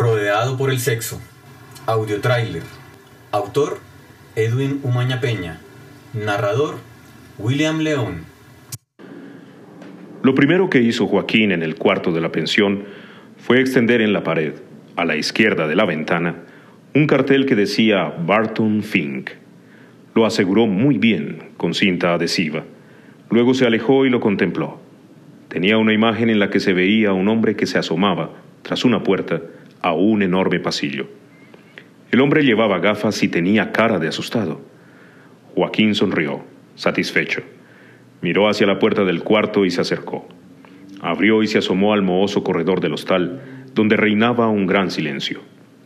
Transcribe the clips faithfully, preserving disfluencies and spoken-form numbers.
Rodeado por el sexo. Audiotráiler. Autor: Edwin Umaña Peña. Narrador: William León. Lo primero que hizo Joaquín en el cuarto de la pensión fue extender en la pared, a la izquierda de la ventana, un cartel que decía Barton Fink. Lo aseguró muy bien con cinta adhesiva. Luego se alejó y lo contempló. Tenía una imagen en la que se veía a un hombre que se asomaba, tras una puerta, a un enorme pasillo. El hombre llevaba gafas y tenía cara de asustado. Joaquín sonrió, satisfecho. Miró hacia la puerta del cuarto y se acercó. Abrió y se asomó al mohoso corredor del hostal, donde reinaba un gran silencio.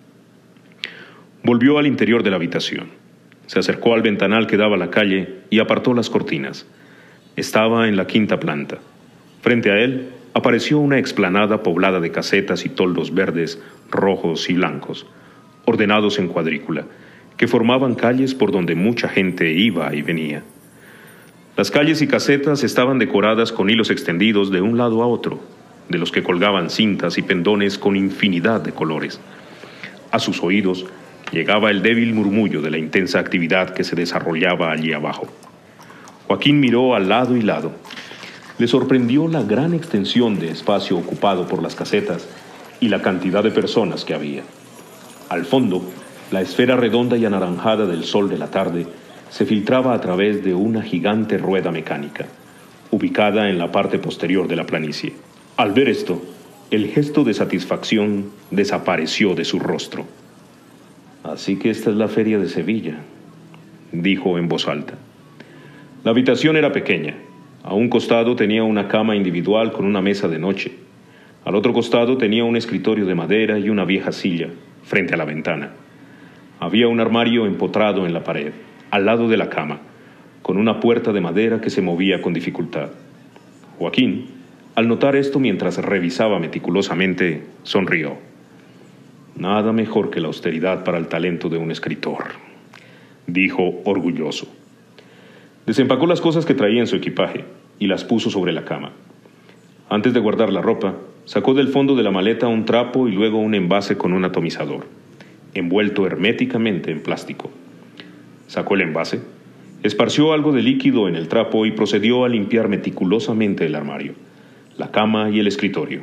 Volvió al interior de la habitación. Se acercó al ventanal que daba a la calle y apartó las cortinas. Estaba en la quinta planta. Frente a él apareció una explanada poblada de casetas y toldos verdes, rojos y blancos, ordenados en cuadrícula, que formaban calles por donde mucha gente iba y venía. Las calles y casetas estaban decoradas con hilos extendidos de un lado a otro, de los que colgaban cintas y pendones con infinidad de colores. A sus oídos llegaba el débil murmullo de la intensa actividad que se desarrollaba allí abajo. Joaquín miró al lado y lado. Le sorprendió la gran extensión de espacio ocupado por las casetas y la cantidad de personas que había. Al fondo, la esfera redonda y anaranjada del sol de la tarde se filtraba a través de una gigante rueda mecánica, ubicada en la parte posterior de la planicie. Al ver esto, el gesto de satisfacción desapareció de su rostro. «Así que esta es la feria de Sevilla», dijo en voz alta. La habitación era pequeña. A un costado tenía una cama individual con una mesa de noche. Al otro costado tenía un escritorio de madera y una vieja silla, frente a la ventana. Había un armario empotrado en la pared, al lado de la cama, con una puerta de madera que se movía con dificultad. Joaquín, al notar esto mientras revisaba meticulosamente, sonrió. «Nada mejor que la austeridad para el talento de un escritor», dijo orgulloso. Desempacó las cosas que traía en su equipaje y las puso sobre la cama. Antes de guardar la ropa, sacó del fondo de la maleta un trapo y luego un envase con un atomizador, envuelto herméticamente en plástico. Sacó el envase, esparció algo de líquido en el trapo y procedió a limpiar meticulosamente el armario, la cama y el escritorio.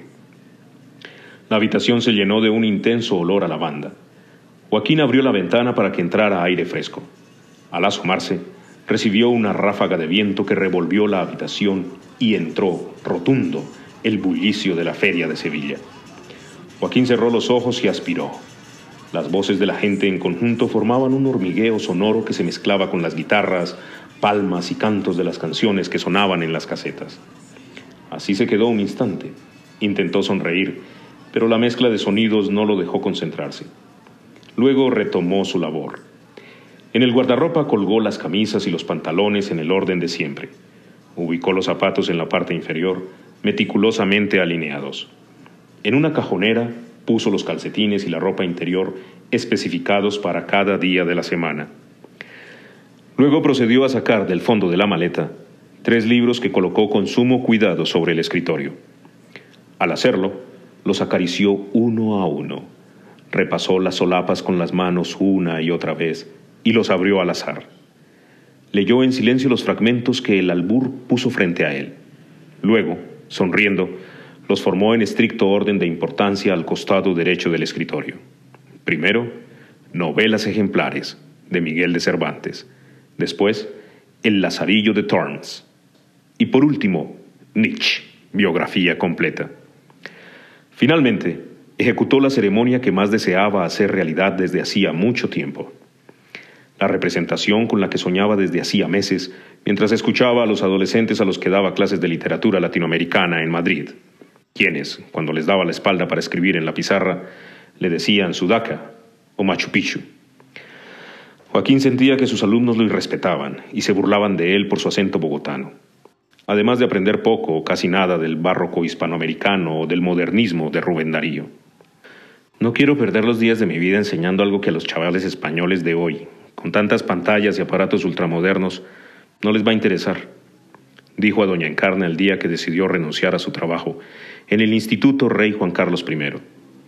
La habitación se llenó de un intenso olor a lavanda. Joaquín abrió la ventana para que entrara aire fresco. Al asomarse, recibió una ráfaga de viento que revolvió la habitación y entró, rotundo, el bullicio de la feria de Sevilla. Joaquín cerró los ojos y aspiró. Las voces de la gente en conjunto formaban un hormigueo sonoro que se mezclaba con las guitarras, palmas y cantos de las canciones que sonaban en las casetas. Así se quedó un instante. Intentó sonreír, pero la mezcla de sonidos no lo dejó concentrarse. Luego retomó su labor. En el guardarropa colgó las camisas y los pantalones en el orden de siempre. Ubicó los zapatos en la parte inferior, meticulosamente alineados. En una cajonera puso los calcetines y la ropa interior especificados para cada día de la semana. Luego procedió a sacar del fondo de la maleta tres libros que colocó con sumo cuidado sobre el escritorio. Al hacerlo, los acarició uno a uno. Repasó las solapas con las manos una y otra vez y los abrió al azar. Leyó en silencio los fragmentos que el albur puso frente a él. Luego, sonriendo, los formó en estricto orden de importancia al costado derecho del escritorio. Primero, Novelas ejemplares, de Miguel de Cervantes. Después, El Lazarillo de Tormes. Y por último, Nietzsche, biografía completa. Finalmente, ejecutó la ceremonia que más deseaba hacer realidad desde hacía mucho tiempo. La representación con la que soñaba desde hacía meses, mientras escuchaba a los adolescentes a los que daba clases de literatura latinoamericana en Madrid, quienes, cuando les daba la espalda para escribir en la pizarra, le decían Sudaca o Machu Picchu. Joaquín sentía que sus alumnos lo irrespetaban y se burlaban de él por su acento bogotano, además de aprender poco o casi nada del barroco hispanoamericano o del modernismo de Rubén Darío. «No quiero perder los días de mi vida enseñando algo que a los chavales españoles de hoy, con tantas pantallas y aparatos ultramodernos, no les va a interesar», dijo a doña Encarna el día que decidió renunciar a su trabajo en el Instituto Rey Juan Carlos primero,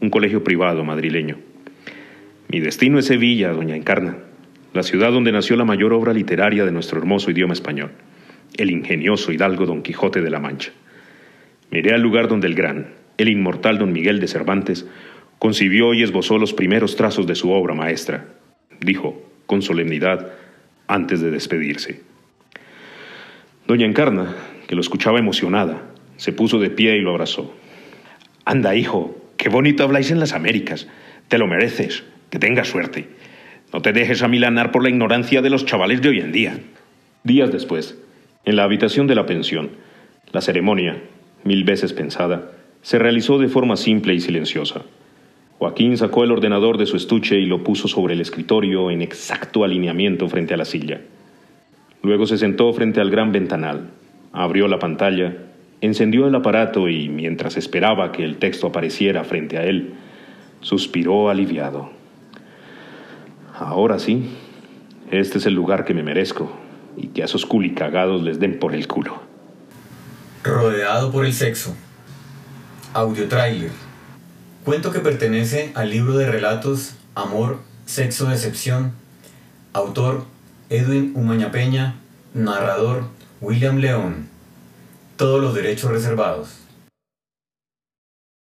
un colegio privado madrileño. Mi destino es Sevilla, doña Encarna, la ciudad donde nació la mayor obra literaria de nuestro hermoso idioma español, el ingenioso hidalgo Don Quijote de la Mancha. Me iré al lugar donde el gran, el inmortal Don Miguel de Cervantes, concibió y esbozó los primeros trazos de su obra maestra, dijo, con solemnidad, antes de despedirse. Doña Encarna, que lo escuchaba emocionada, se puso de pie y lo abrazó. Anda, hijo, qué bonito habláis en las Américas. Te lo mereces, que tengas suerte. No te dejes amilanar por la ignorancia de los chavales de hoy en día. Días después, en la habitación de la pensión, la ceremonia, mil veces pensada, se realizó de forma simple y silenciosa. Joaquín sacó el ordenador de su estuche y lo puso sobre el escritorio en exacto alineamiento frente a la silla. Luego se sentó frente al gran ventanal, abrió la pantalla, encendió el aparato y, mientras esperaba que el texto apareciera frente a él, suspiró aliviado. Ahora sí, este es el lugar que me merezco y que a esos culicagados les den por el culo. Rodeado por el sexo. Audiotráiler. Cuento que pertenece al libro de relatos Amor, Sexo, Decepción. Autor Edwin Umaña Peña. Narrador William León. Todos los derechos reservados.